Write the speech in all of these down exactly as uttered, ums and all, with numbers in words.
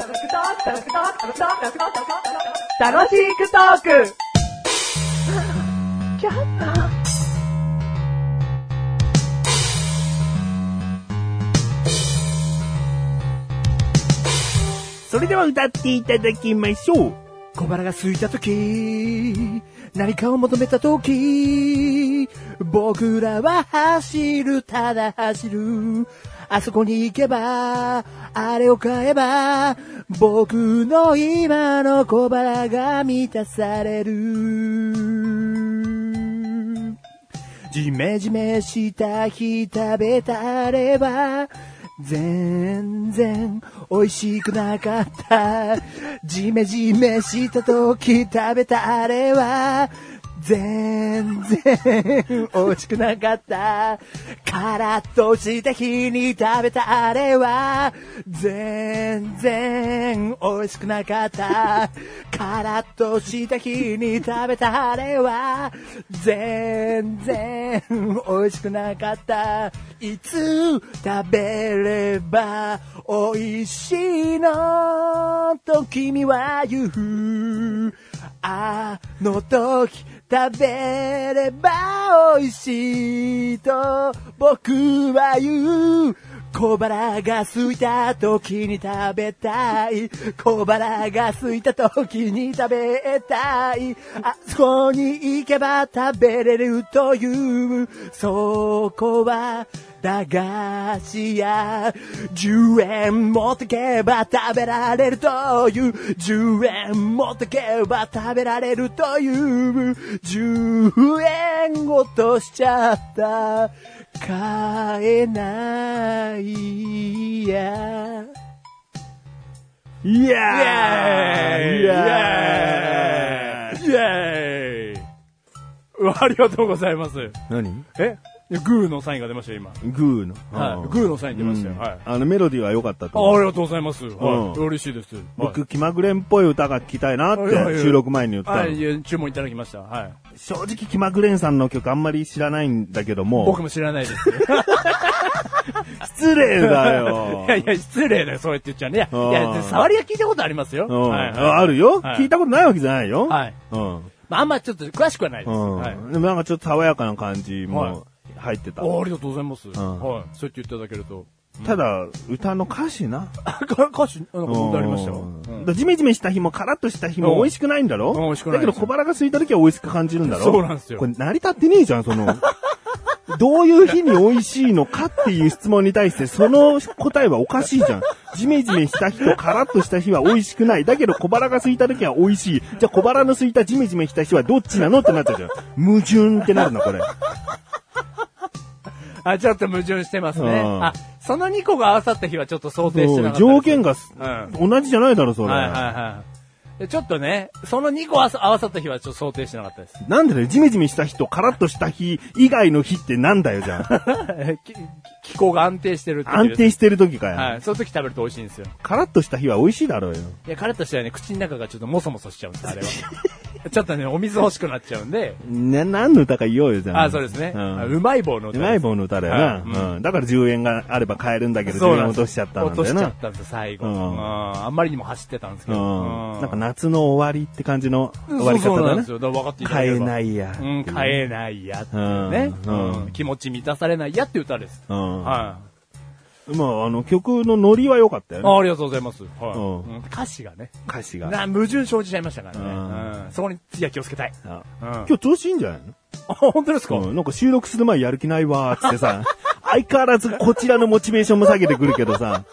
楽しくトークそれでは歌っていただきましょう。小腹が空いたとき、何かを求めたとき、僕らは走る、ただ走る。あそこに行けば、あれを買えば、僕の今の小腹が満たされる。ジメジメした日食べたれば、全然美味しくなかった。ジメジメした時食べたあれは全然美味しくなかった。カラッとした日に食べたあれは全然美味しくなかった。カラッとした日に食べたあれは全然美味しくなかった。いつ食べれば美味しいのと君は言う。あの時食べれば美味しいと僕は言う。小腹が空いた時に食べたい。小腹が空いた時に食べたい。あそこに行けば食べれるという。そこは駄菓子屋。じゅうえん持ってけば食べられるという。じゅうえん持ってけば食べられるという。じゅうえん落としちゃった。買えないや。いやーいやーいやーイェーイ。 ありがとうございます。 何？ えグーのサインが出ましたよ、今。 グーの。 はい。グーのサイン出ましたよ。はい。 あのメロディーは良かったとあ。 思う。 ありがとうございます。はい。嬉しいです。 僕、気まぐれんっぽい歌が聴きたいなって収録前に言った。 はい。注文いただきました。はい。 正直、気まぐれんさんの曲あんまり知らないんだけども。 僕も知らないです。 失礼だよ。 いやいや、失礼だよ、そうやって言っちゃうね。いや、いや、触りは聞いたことありますよ。 はい。あるよ。聞いたことないわけじゃないよ。 はい。うん。まあ、あんまちょっと詳しくはないです。はい。 でもなんかちょっと爽やかな感じも入ってた。 ありがとうございます。はい。そうやって言っていただけると。 ただ、歌の歌詞な。 歌詞なんか問題ありましたよ。 ジメジメした日もカラッとした日も美味しくないんだろ？美味しくない。だけど小腹が空いた時は美味しく感じるんだろ？ そうなんですよ。 これ成り立ってねえじゃん、その。どういう日に美味しいのかっていう質問に対してその答えはおかしいじゃん。ジメジメした日とカラッとした日は美味しくない。だけど小腹が空いた時は美味しい。じゃあ小腹の空いたジメジメした日はどっちなのってなっちゃうじゃん。矛盾ってなるな、これ。 あ、ちょっと矛盾してますね。あ、そのにこが合わさった日はちょっと想定してなかった。 条件が、うん、同じじゃないだろ、それ。 はいはいはい。ちょっとね、そのにこ合わさった日はちょっと想定してなかったです。 なんでね、ジメジメした日とカラッとした日以外の日ってなんだよ、じゃあ。 気候が安定してる時。 安定してる時かよ。 はい。その時食べると美味しいんですよ。 カラッとした日は美味しいだろうよ。 いや、カラッとしたらね、口の中がちょっとモソモソしちゃうんです、あれは。ちょっとね、お水欲しくなっちゃうんで。 ね、何の歌か言おうよ、じゃあ。 あ、そうですね。うん、うまい棒の歌。 うまい棒の歌だよな。はい、うん。だからじゅうえんがあれば買えるんだけど、じゅうえん落としちゃったんだよな。 落としちゃったんですよ、最後。うん。あんまりにも走ってたんですけど。 うん。なんか夏の終わりって感じの終わり方だね。 そうなんですよ。だから分かっていただければ。 買えないや。 うん、買えないやっていうね。うん。気持ち満たされないやっていう歌です。うん。はい。 まあ、あの、曲のノリは良かったよね。 あ、ありがとうございます。はい。うん、歌詞がね。 歌詞が。 な、矛盾生じちゃいましたからね。うん。そこに次は気をつけたい。うん。 今日調子いいんじゃないの？ あ、本当ですか？ うん。なんか収録する前やる気ないわーつってさ、相変わらずこちらのモチベーションも下げてくるけどさ。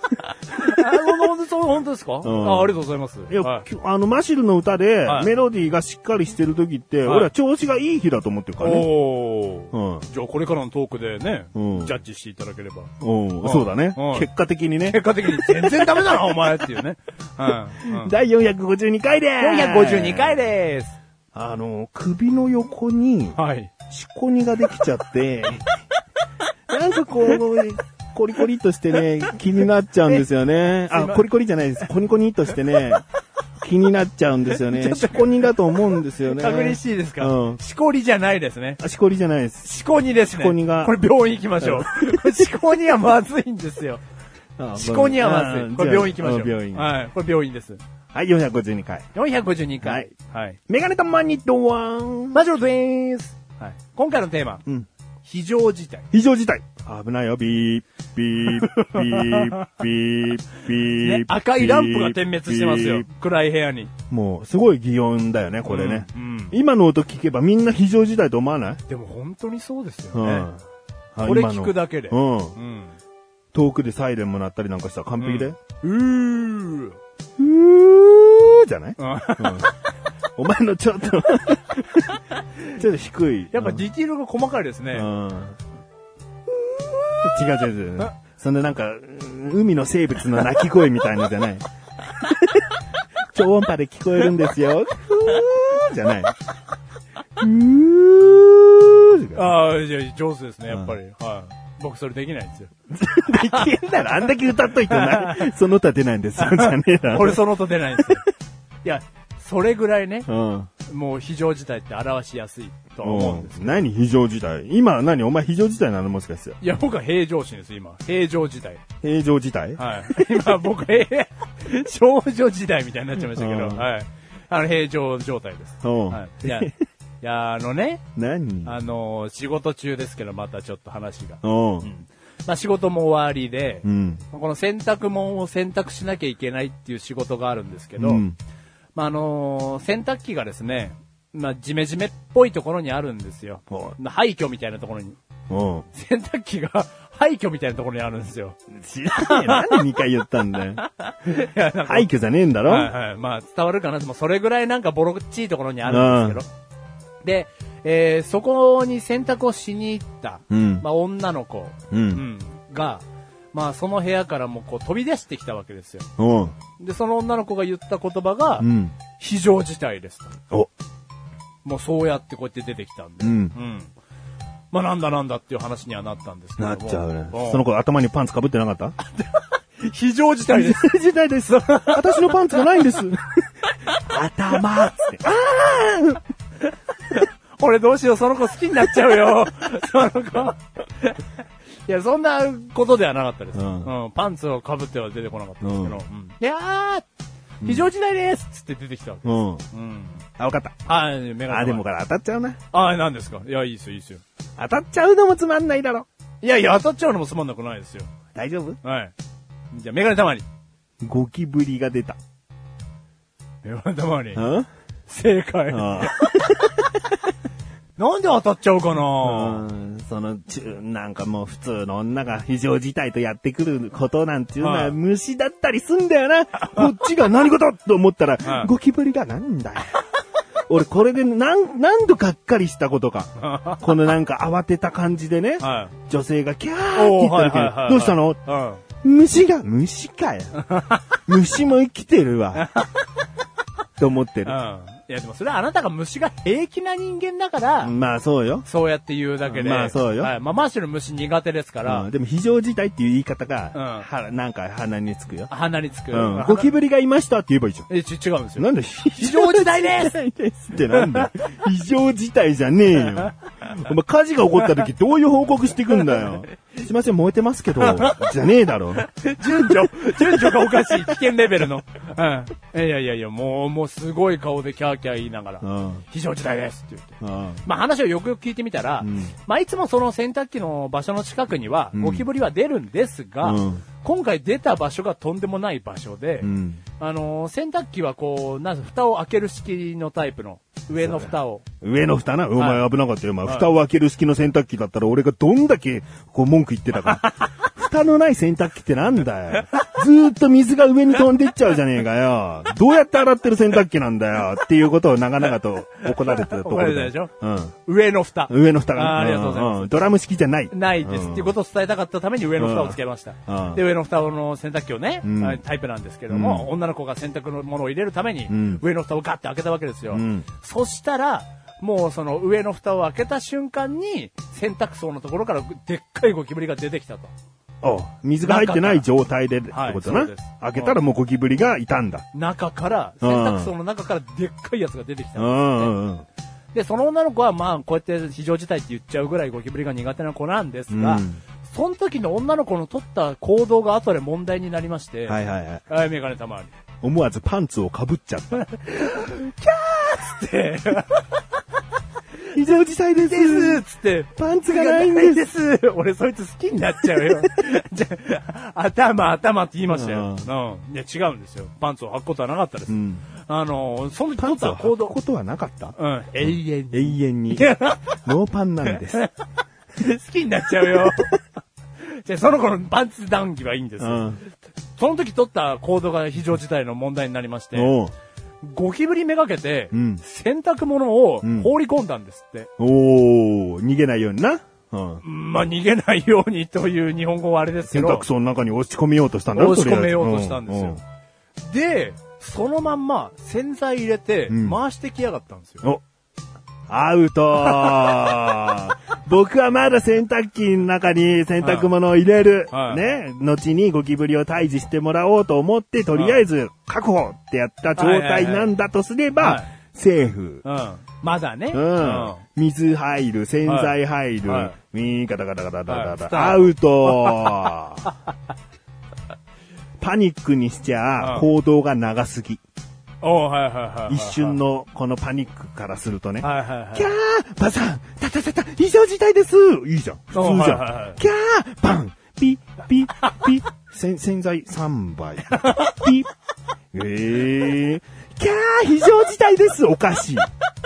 本当ですか？うん、あ、ありがとうございます。 いや、はい、あの、マシルの歌で、メロディーがしっかりしてる時って、はい、俺は調子がいい日だと思ってるからね。おー。うん。じゃあ、これからのトークでね、うん、ジャッジしていただければ。 うん。そうだね。結果的にね。 結果的に全然ダメだな、お前っていうね。 うん。だいよんひゃくごじゅうにかいでーす。 よんひゃくごじゅうにかいでーす。 あの、首の横に、はい。しこにができちゃって、なんかこう、コリコリっとしてね、気になっちゃうんですよね。あ、コリコリじゃないです。コニコニっとしてね、気になっちゃうんですよね。しこにだと思うんですよね。 確認しいですか？うん。しこりじゃないですね。 あ、しこりじゃないです。 しこにですね。 しこにが。 これ病院行きましょう。しこにはまずいんですよ。 思考にはまずい。これ病院行きましょう。 病院。 はい。これ病院です。 はい、よんひゃくごじゅうにかい。 よんひゃくごじゅうにかい。はい。はい、 メガネとマニとワン。 マジョルでーす。はい。今回のテーマ。うん。非常事態。 非常事態。危ないよ、ビー、ビー、ビー、ビー、ビー。 ね、赤いランプが点滅してますよ。暗い部屋に。 もう、すごい擬音だよね、これね。うんうん、今の音聞けばみんな非常事態と思わない？ でも本当にそうですよね。うん、これ聞くだけで。うん。うん、 遠くでサイレンも鳴ったりなんかしたら完璧で。 うん、うー。 うーじゃない？うん、お前のちょっと、ちょっと低い。 やっぱディティールが細かいですね。うん、 違う違う違う。そんななんか、海の生物の鳴き声みたいのじゃない。超音波で聞こえるんですよ。ふーじゃない。ふーああ、じゃあ上手ですね、やっぱり。うん、はい。僕それできないんですよ。 できんならあんだけ歌っといてな。その歌出ないんですよ、じゃねえな。 俺その音出ないんですよ。いや、それぐらいね、うん、もう非常事態って表しやすいとは思うんですけど。 何非常事態？今何お前非常事態なのもしかして。 いや、僕は平常心です、今。平常事態。 平常事態？ はい。今僕、少女時代みたいになっちゃいましたけど、はい。あの、平常状態です。はい。いや、いや、あのね。 何？ あの、仕事中ですけど、またちょっと話が。うん。まあ仕事も終わりで、うん、この洗濯物を洗濯しなきゃいけないっていう仕事があるんですけど、うん、まああのー、洗濯機がですね、まあジメジメっぽいところにあるんですよ。廃墟みたいなところに。洗濯機が廃墟みたいなところにあるんですよ。 知らねえ。なんでにかい言ったんだよ。廃墟じゃねえんだろ？ はいはい。まあ伝わるかな。でもそれぐらいなんかボロっちいところにあるんですけど。で、えー、そこに洗濯をしに行った、うん、まあ女の子、うんうん、が、まあその部屋からもこう飛び出してきたわけですよ。うん、で、その女の子が言った言葉が、うん、非常事態ですと。おもうそうやってこうやって出てきたんで。うんうん、まあなんだなんだっていう話にはなったんですけども。 なっちゃうね。その子頭にパンツ被ってなかった？ 非常事態です。 非常事態です。私のパンツがないんです。頭っつって。あー俺どうしよう、その子好きになっちゃうよ。その子。いや、そんなことではなかったです。うんうん、パンツを被っては出てこなかったですけど。うん、いやー、非常事態ですつって出てきたわけです。うん。うん、 あ、わかった。 あ、メガネ。 あ、でもから当たっちゃうな。 あ、何ですか？いや、いいっすよ、いいっすよ。 当たっちゃうのもつまんないだろ。 いやいや、当たっちゃうのもつまんなくないですよ。 大丈夫？ はい。じゃあ、メガネたまに。 ゴキブリが出た。 メガネたまに。ん？正解。あなんで当たっちゃうかな、 うん、その、なんかもう普通の女が非常事態とやってくることなんていうのは虫だったりすんだよな。こっちが何事と思ったら、ゴキブリがなんだよ。俺これで何、何度がっかりしたことか。このなんか慌てた感じでね、はい、女性がキャーって言った時に、どうしたの、うん、虫が、虫かよ。虫も生きてるわ。と思ってる。うんいやでもそれはあなたが虫が平気な人間だから。 まあそうよ。 そうやって言うだけで。 まあそうよ。 はい。まあマッシュル虫苦手ですから。 うん、でも非常事態っていう言い方が、うん、はなんか鼻につくよ。 鼻につく。 うん。ゴキブリがいましたって言えばいいじゃん。 え、ち、違うんですよ。 なんで非常事態ですってなんだ非常事態じゃねえよ。お前火事が起こった時どういう報告してくんだよ。すいません燃えてますけど、じゃねえだろ。 順序、順序がおかしい。危険レベルの。うん。いやいやいや、もう、もうすごい顔でキャーキャー言いながら。うん非常事態ですって言って。うん、まあ話をよくよく聞いてみたら、うん、まあいつもその洗濯機の場所の近くにはゴキブリは出るんですが、うん、今回出た場所がとんでもない場所で、うん、あのー、洗濯機はこう、なんせ蓋を開ける式のタイプの上の蓋を。 上の蓋な、お前危なかったよ。お前、蓋を開ける式の洗濯機だったら俺がどんだけこう文句言ってたか。蓋のない洗濯機ってなんだよ。ずーっと水が上に飛んでっちゃうじゃねえかよ。どうやって洗ってる洗濯機なんだよ。っていうことを長々と怒られてたところで。 でしょ、うん、上の蓋。 上の蓋が、 あ, ありがとうございます、 うん。ドラム式じゃない。 ないです、うん。っていうことを伝えたかったために上の蓋をつけました。うん、で、上の蓋の洗濯機をね、うん、タイプなんですけども、うん、女の子が洗濯のものを入れるために、うん、上の蓋をガッて開けたわけですよ。うん、そしたら、もうその上の蓋を開けた瞬間に、洗濯槽のところからでっかいゴキブリが出てきたと。 お水が入ってない状態でってことな、はい、開けたらもうゴキブリがいたんだ。 中から、洗濯槽の中からでっかいやつが出てきたんですね。うんうん、で、その女の子はまあこうやって非常事態って言っちゃうぐらいゴキブリが苦手な子なんですが、うん、 その時の女の子の取った行動が後で問題になりまして。 はいはいはい。 はい、メガネたまわり。 思わずパンツを被っちゃった。キャーつって。 異常事態ですですつって。 パンツがないんです。 です。俺そいつ好きになっちゃうよ。じゃ頭、頭って言いましたよ。うん。いや、違うんですよ。パンツを履くことはなかったです。うん、あの、その時取った行動。 履くことはなかった？ うん。永遠に。 永遠に。ノーパンなんです。 好きになっちゃうよ。じゃあその子のパンツ談義はいいんですよ。うん、その時取った行動が非常事態の問題になりまして、ゴキブリめがけて、洗濯物を放り込んだんですって。 うん、おー、逃げないようにな。 うん、まあ逃げないようにという日本語はあれですけど。 洗濯槽の中に押し込めようとしたんだよ。 押し込めようとしたんですよ。うんうん、で、そのまんま洗剤入れて回してきやがったんですよ。うん、おアウトー僕はまだ洗濯機の中に洗濯物を入れる。はい、ね。後にゴキブリを退治してもらおうと思って、とりあえず確保ってやった状態なんだとすれば、はいはいはい、セーフ。 うん。まだね。 うん。うん、水入る、洗剤入る。はいはい、ミーガタガタガタガタガタ。アウトーパニックにしちゃ、行動が長すぎ。 おはいはいはい。 一瞬のこのパニックからするとね。 はいはいはい。 キャーバサンタタタタ異常事態ですいいじゃん。普通じゃん。はいはいはい、キャーバンピッピッピッ洗洗剤さんばい。ピッえー。キャー非常事態ですおかしい。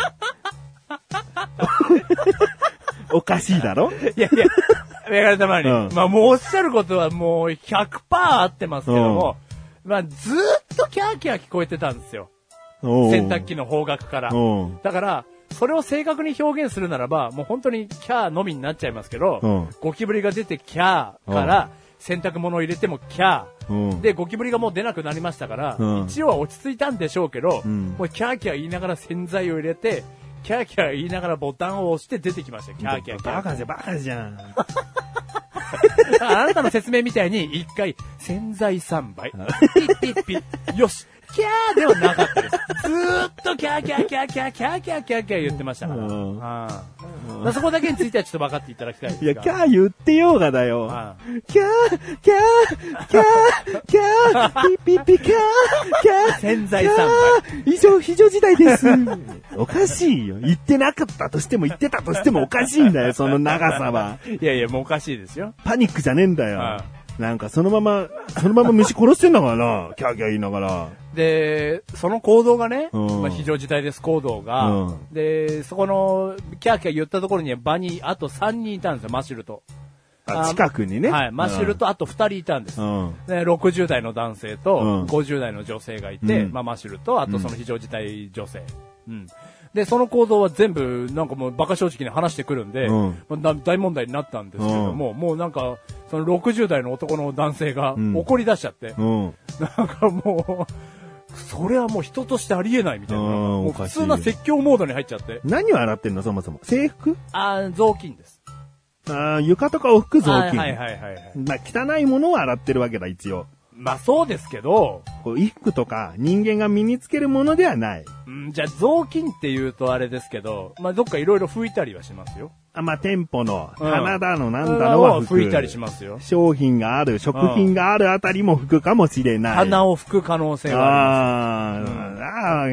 おかしいだろいやいや、メガネたまに。うん、まあもうおっしゃることはもう ひゃくパーセント 合ってますけども、うん、まあずーっとキャーキャー聞こえてたんですよ。洗濯機の方角から。だから、それを正確に表現するならば、もう本当にキャーのみになっちゃいますけど、うん、ゴキブリが出てキャーから洗濯物を入れてもキャー、うん、で、ゴキブリがもう出なくなりましたから、うん、一応は落ち着いたんでしょうけど、うん、もうキャーキャー言いながら洗剤を入れて、キャーキャー言いながらボタンを押して出てきましたよ。キャーキャーキャー。 バカじゃん、バカじゃん。 あなたの説明みたいに一回洗剤さんばい。ピッピッピッ。よし。キャーではなかったです。ずーっとキャーキャーキャーキャーキャーキャーキャーキャー言ってましたから。うんあまあ、そこだけについてはちょっと分かっていただきたいですが。 いや、キャー言ってようがだよ。キャーキャーキャーキャーピッピッピキャーキャー洗剤さんばい。以上、非常事態です。おかしいよ。言ってなかったとしても言ってたとしてもおかしいんだよ、その長さは。 いやいや、もうおかしいですよ。 パニックじゃねえんだよ。なんかそのまま、そのまま虫殺してんだからな、キャーキャー言いながら。 で、その行動がね、うん、まあ、非常事態です行動が、うん、で、そこの、キャーキャー言ったところには場にあとさんにんいたんですよ、マシュルと。 あ、近くにね。 はい、マシュルとあとふたりいたんです。うん、で、ろくじゅう代の男性とごじゅう代の女性がいて、うん、まあ、マシュルとあとその非常事態女性。うん。で、その行動は全部、なんかもうバカ正直に話してくるんで、うん、大問題になったんですけども、うん、もうなんか、そのろくじゅう代の男の男性が怒り出しちゃって、うん、なんかもう、それはもう人としてありえないみたいな。もう普通な説教モードに入っちゃって。 何を洗ってんのそもそも。制服？ あ雑巾です。 あ床とかを拭く雑巾。 はいはいはいはい、はい。 まあ、汚いものを洗ってるわけだ、一応。 まあそうですけど、 こう衣服とか人間が身につけるものではない。 うん、じゃあ雑巾って言うとあれですけど、まあどっかいろいろ拭いたりはしますよ。 あ、まあ店舗の花だのなんだのは拭く、 うん、拭いたりしますよ。 商品がある、食品があるあたりも拭くかもしれない。 鼻を拭く可能性があります。あ、うん、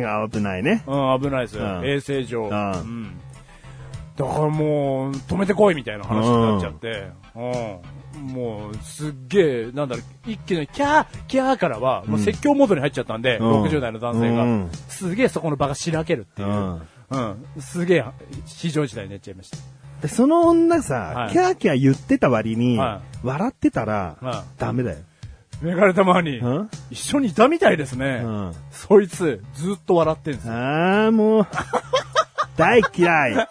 ああ、危ないね。 うん、危ないですよ。うん、衛生上。うん。だからもう止めてこいみたいな話になっちゃって、うん。うんもう、すっげえ、なんだろう、一気にキャー、キャーからは、もう説教モードに入っちゃったんで、うん、ろくじゅう代の男性が、うん、すげえそこの場がしらけるっていう、うん、うん、すげえ、非常事態になっちゃいました。 で、その女さ、はい、キャーキャー言ってた割に、はい、笑ってたら、はい、ダメだよ。 メガネたまに、一緒にいたみたいですね。うん、そいつ、ずっと笑ってんすよ。 ああ、もう、大嫌い。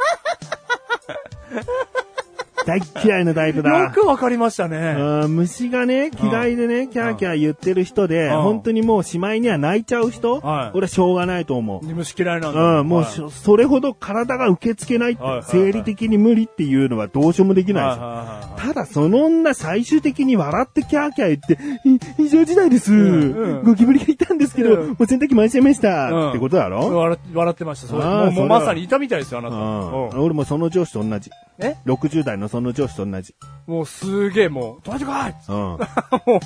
大嫌いなタイプだ。 よくわかりましたね。 虫がね、嫌いでね、キャーキャー言ってる人で、本当にもうしまいには泣いちゃう人、はい、俺はしょうがないと思う。 虫嫌いなんだ。 うん、もう、はい、それほど体が受け付けないって、はい、生理的に無理っていうのはどうしようもできないですよ。はいはいはいはい、ただその女最終的に笑ってキャーキャー言って、異常事態です、うんうん。ゴキブリがいたんですけど、うん、もう洗濯機回しちゃいました。うん、ってことだろ、 笑、笑ってました。そうもうもうまさにいたみたいですよ、あなた。うん、 俺もその上司と同じ。 え ?ろくじゅう代のその上司と同じ。 もうすげえもう、止めてこいっつって。うん。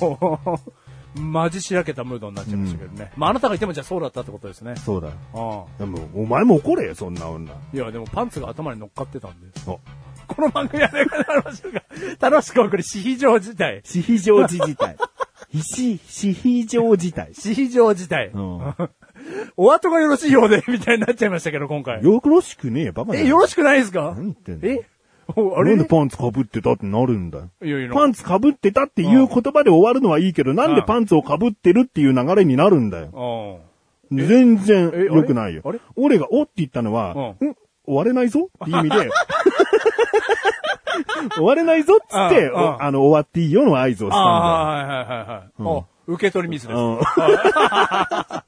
もう、マジしらけたムードになっちゃいましたけどね。うん、まああなたがいてもじゃあそうだったってことですね。 そうだ。ああ。でも、お前も怒れよ、そんな女。 いや、でもパンツが頭に乗っかってたんで。この番組やれがなりましょうか。楽しく送る私非常事態。 私非常事態。非、私非常事態。 私非常事態。うん。お後がよろしいようで、みたいになっちゃいましたけど、今回。 よろしくねえよ、バカだよ。 え、よろしくないですか？ 何言ってんの？ えあれなんでパンツ被ってたってなるんだよ。 いやいやパンツ被ってたっていう言葉で終わるのはいいけど、なんでパンツを被ってるっていう流れになるんだよ。全然良くないよ。あれ俺がおって言ったのは、ん終われないぞって意味で、終われないぞっつって、あの、終わっていいよの合図をしたんだよ。 はいはいはいはい。受け取りミスです。